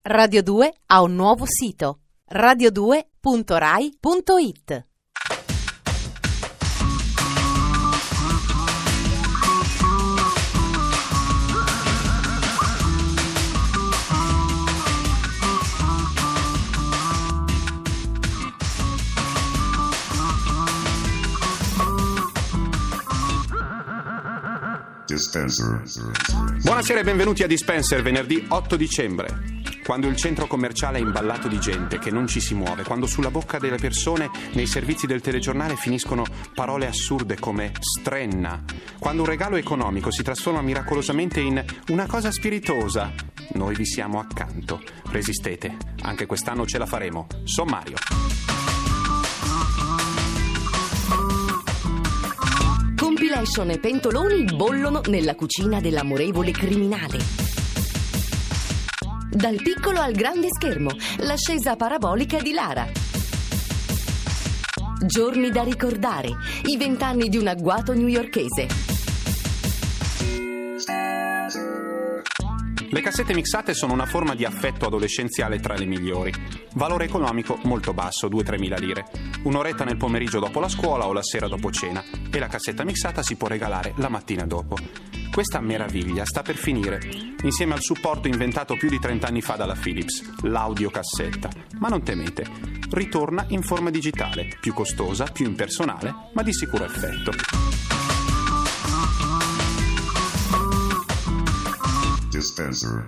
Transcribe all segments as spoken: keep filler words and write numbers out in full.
Radio due ha un nuovo sito: radio due punto rai punto it. Dispenser. Buonasera e benvenuti a Dispenser, venerdì otto dicembre. Quando il centro commerciale è imballato di gente che non ci si muove, quando sulla bocca delle persone nei servizi del telegiornale finiscono parole assurde come strenna, quando un regalo economico si trasforma miracolosamente in una cosa spiritosa, noi vi siamo accanto. Resistete, anche quest'anno ce la faremo. Sommario. Compilation e pentoloni bollono nella cucina dell'amorevole criminale. Dal piccolo al grande schermo, l'ascesa parabolica di Lara. Giorni da ricordare, i vent'anni di un agguato newyorkese. Le cassette mixate sono una forma di affetto adolescenziale tra le migliori. Valore economico molto basso, due tre mila lire. Un'oretta nel pomeriggio dopo la scuola o la sera dopo cena. E la cassetta mixata si può regalare la mattina dopo. Questa meraviglia sta per finire, insieme al supporto inventato più di trent'anni fa dalla Philips, l'audiocassetta. Ma non temete, ritorna in forma digitale, più costosa, più impersonale, ma di sicuro effetto. Dispenser.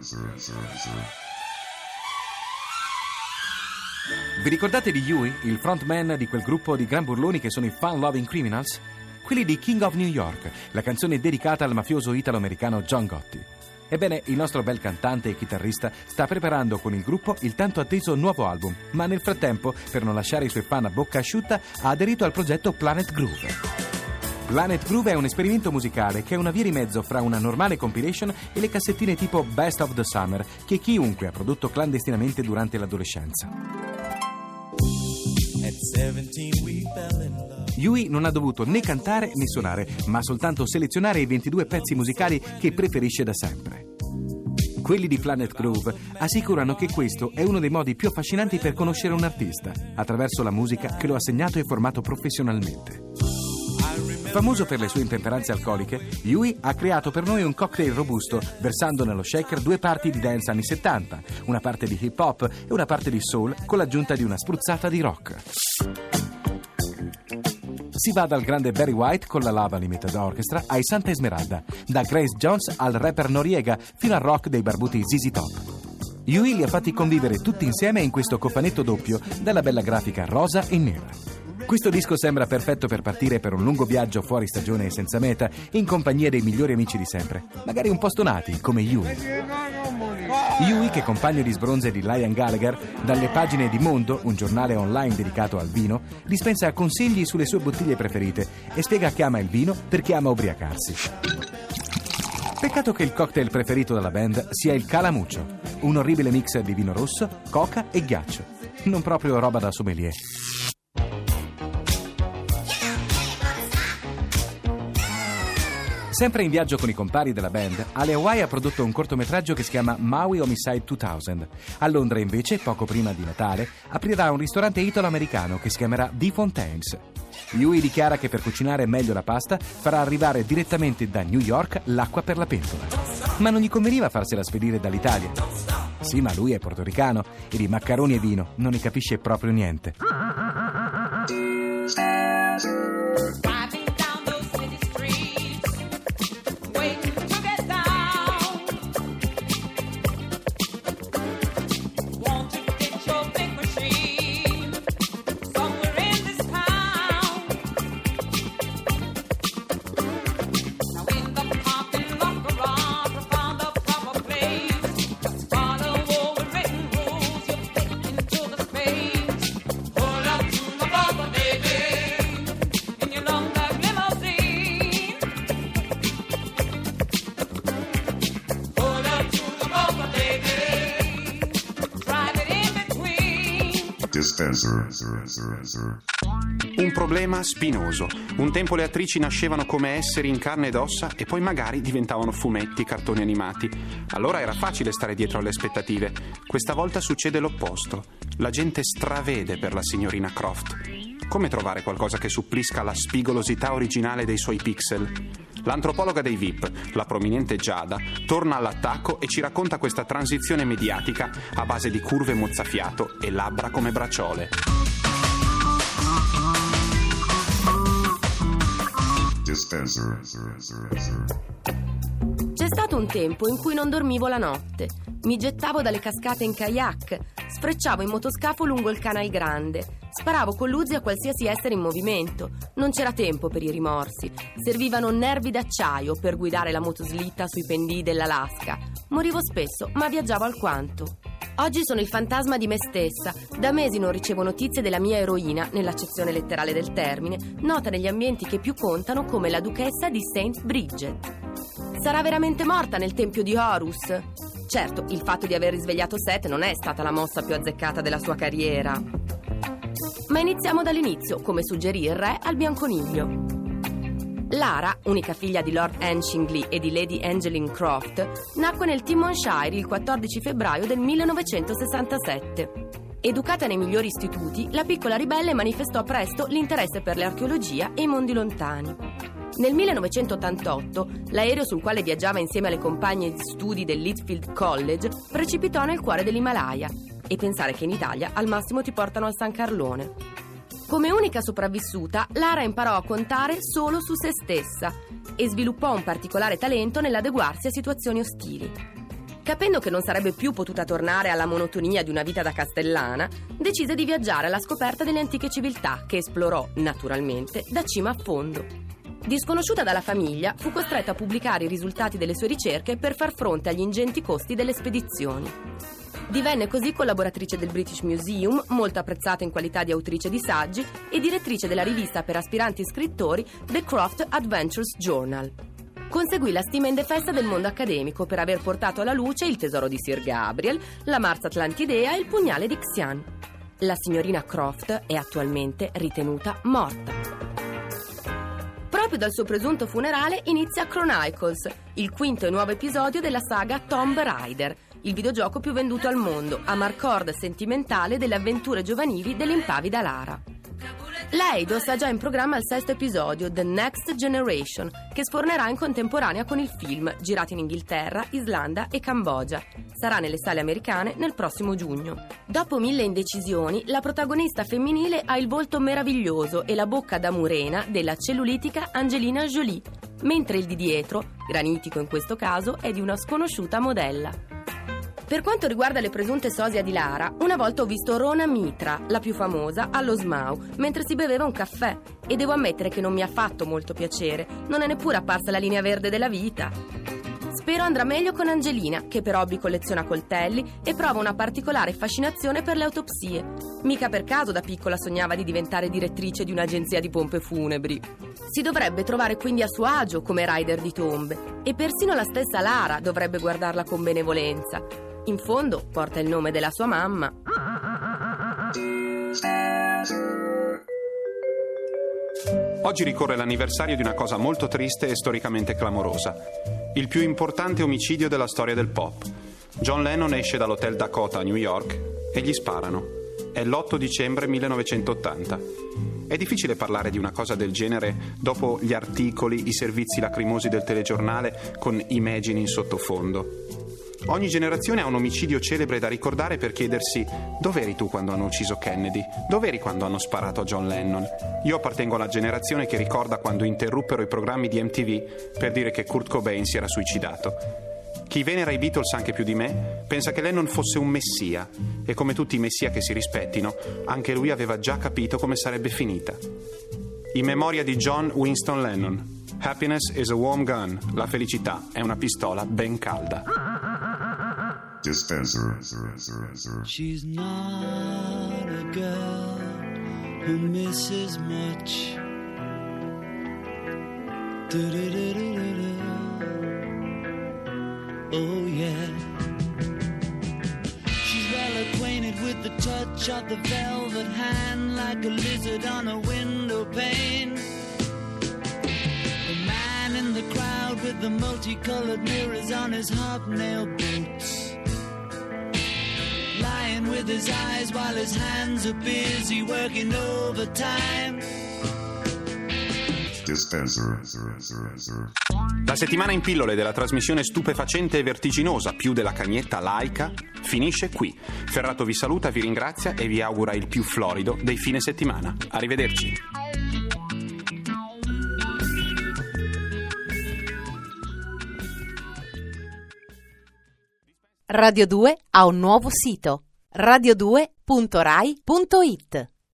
Vi ricordate di Huey, il frontman di quel gruppo di gran burloni che sono i Fun Loving Criminals? Quelli di King of New York, la canzone dedicata al mafioso italo-americano John Gotti. Ebbene, il nostro bel cantante e chitarrista sta preparando con il gruppo il tanto atteso nuovo album, ma nel frattempo, per non lasciare i suoi fan a bocca asciutta, ha aderito al progetto Planet Groove. Planet Groove è un esperimento musicale che è una via di mezzo fra una normale compilation e le cassettine tipo Best of the Summer che chiunque ha prodotto clandestinamente durante l'adolescenza. Huey non ha dovuto né cantare né suonare, ma soltanto selezionare i ventidue pezzi musicali che preferisce da sempre. Quelli di Planet Groove assicurano che questo è uno dei modi più affascinanti per conoscere un artista, attraverso la musica che lo ha segnato e formato professionalmente. Famoso per le sue intemperanze alcoliche, Huey ha creato per noi un cocktail robusto, versando nello shaker due parti di dance anni settanta, una parte di hip hop e una parte di soul, con l'aggiunta di una spruzzata di rock. Si va dal grande Barry White con la Lava Limited Orchestra ai Santa Esmeralda, da Grace Jones al rapper Noriega fino al rock dei barbuti Z Z Top. Huey li ha fatti convivere tutti insieme in questo cofanetto doppio dalla bella grafica rosa e nera. Questo disco sembra perfetto per partire per un lungo viaggio fuori stagione e senza meta, in compagnia dei migliori amici di sempre, magari un po' stonati come Huey. Huey, che compagno di sbronze di Liam Gallagher, dalle pagine di Mondo, un giornale online dedicato al vino, dispensa consigli sulle sue bottiglie preferite e spiega che ama il vino perché ama ubriacarsi. Peccato che il cocktail preferito dalla band sia il Calamuccio, un orribile mix di vino rosso, coca e ghiaccio. Non proprio roba da sommelier. Sempre in viaggio con i compari della band, alle Hawaii ha prodotto un cortometraggio che si chiama Maui Homicide duemila. A Londra, invece, poco prima di Natale, aprirà un ristorante italo-americano che si chiamerà The Fontaines. Huey dichiara che per cucinare meglio la pasta farà arrivare direttamente da New York l'acqua per la pentola. Ma non gli conveniva farsela spedire dall'Italia. Sì, ma lui è portoricano e di maccheroni e vino non ne capisce proprio niente. Dispenser. Un problema spinoso. Un tempo le attrici nascevano come esseri in carne ed ossa e poi magari diventavano fumetti, cartoni animati. Allora era facile stare dietro alle aspettative. Questa volta succede l'opposto. La gente stravede per la signorina Croft. Come trovare qualcosa che supplisca la spigolosità originale dei suoi pixel? L'antropologa dei V I P, la prominente Giada, torna all'attacco e ci racconta questa transizione mediatica a base di curve mozzafiato e labbra come bracciole. Dispenser. C'è stato un tempo in cui non dormivo la notte. Mi gettavo dalle cascate in kayak, sfrecciavo in motoscafo lungo il Canal Grande, sparavo con l'Uzi a qualsiasi essere in movimento. Non c'era tempo per i rimorsi. Servivano nervi d'acciaio per guidare la motoslitta sui pendii dell'Alaska. Morivo spesso, ma viaggiavo alquanto. Oggi sono il fantasma di me stessa. Da mesi non ricevo notizie della mia eroina, nell'accezione letterale del termine, nota negli ambienti che più contano come la duchessa di Saint Bridget. Sarà veramente morta nel tempio di Horus? Certo, il fatto di aver risvegliato Seth non è stata la mossa più azzeccata della sua carriera. Ma iniziamo dall'inizio, come suggerì il re al bianconiglio. Lara, unica figlia di Lord Anshingley e di Lady Angeline Croft, nacque nel Timonshire il quattordici febbraio del millenovecentosessantasette. Educata nei migliori istituti, la piccola ribelle manifestò presto l'interesse per l'archeologia e i mondi lontani. Nel millenovecentottantotto, l'aereo sul quale viaggiava insieme alle compagne di studi del Litchfield College precipitò nel cuore dell'Himalaya. E pensare che in Italia al massimo ti portano al San Carlone. Come unica sopravvissuta, Lara imparò a contare solo su se stessa e sviluppò un particolare talento nell'adeguarsi a situazioni ostili. Capendo che non sarebbe più potuta tornare alla monotonia di una vita da castellana, decise di viaggiare alla scoperta delle antiche civiltà, che esplorò, naturalmente, da cima a fondo. Disconosciuta dalla famiglia, fu costretta a pubblicare i risultati delle sue ricerche per far fronte agli ingenti costi delle spedizioni. Divenne così collaboratrice del British Museum, molto apprezzata in qualità di autrice di saggi, e direttrice della rivista per aspiranti scrittori The Croft Adventures Journal. Conseguì la stima indefessa del mondo accademico per aver portato alla luce il tesoro di Sir Gabriel, la Mars Atlantidea e il pugnale di Xian. La signorina Croft è attualmente ritenuta morta. Proprio dal suo presunto funerale inizia Chronicles, il quinto e nuovo episodio della saga Tomb Raider, il videogioco più venduto al mondo, a marcord sentimentale delle avventure giovanili dell'impavida Lara. La Eidos ha già in programma il sesto episodio, The Next Generation, che sfornerà in contemporanea con il film, girato in Inghilterra, Islanda e Cambogia. Sarà nelle sale americane nel prossimo giugno. Dopo mille indecisioni, la protagonista femminile ha il volto meraviglioso e la bocca da murena della cellulitica Angelina Jolie, mentre il di dietro, granitico in questo caso, è di una sconosciuta modella. Per quanto riguarda le presunte sosia di Lara, una volta ho visto Rona Mitra, la più famosa, allo S M A U, mentre si beveva un caffè, e devo ammettere che non mi ha fatto molto piacere, non è neppure apparsa la linea verde della vita. Spero andrà meglio con Angelina, che per hobby colleziona coltelli e prova una particolare fascinazione per le autopsie. Mica per caso da piccola sognava di diventare direttrice di un'agenzia di pompe funebri. Si dovrebbe trovare quindi a suo agio come rider di tombe, e persino la stessa Lara dovrebbe guardarla con benevolenza. In fondo porta il nome della sua mamma. Oggi ricorre l'anniversario di una cosa molto triste e storicamente clamorosa. Il più importante omicidio della storia del pop. John Lennon esce dall'hotel Dakota a New York e gli sparano. È l'otto dicembre millenovecentottanta. È difficile parlare di una cosa del genere dopo gli articoli, i servizi lacrimosi del telegiornale con Imagine in sottofondo. Ogni generazione ha un omicidio celebre da ricordare per chiedersi: dov'eri tu quando hanno ucciso Kennedy? Dov'eri quando hanno sparato a John Lennon? Io appartengo alla generazione che ricorda quando interruppero i programmi di M T V per dire che Kurt Cobain si era suicidato. Chi venera i Beatles anche più di me pensa che Lennon fosse un messia, e come tutti i messia che si rispettino, anche lui aveva già capito come sarebbe finita. In memoria di John Winston Lennon. Happiness is a warm gun. La felicità è una pistola ben calda. Dispenser. She's not a girl who misses much. Du-du-du-du-du-du. Oh yeah. She's well acquainted painted with the touch of the velvet hand, like a lizard on a window pane. The man in the crowd with the multicolored mirrors on his hobnail boots, lying with his eyes while his hands are busy working overtime. Dispenser. La settimana in pillole della trasmissione stupefacente e vertiginosa più della cagnetta laica finisce qui. Ferrato vi saluta, vi ringrazia e vi augura il più florido dei fine settimana. Arrivederci. Radio due ha un nuovo sito: radio due punto rai punto it.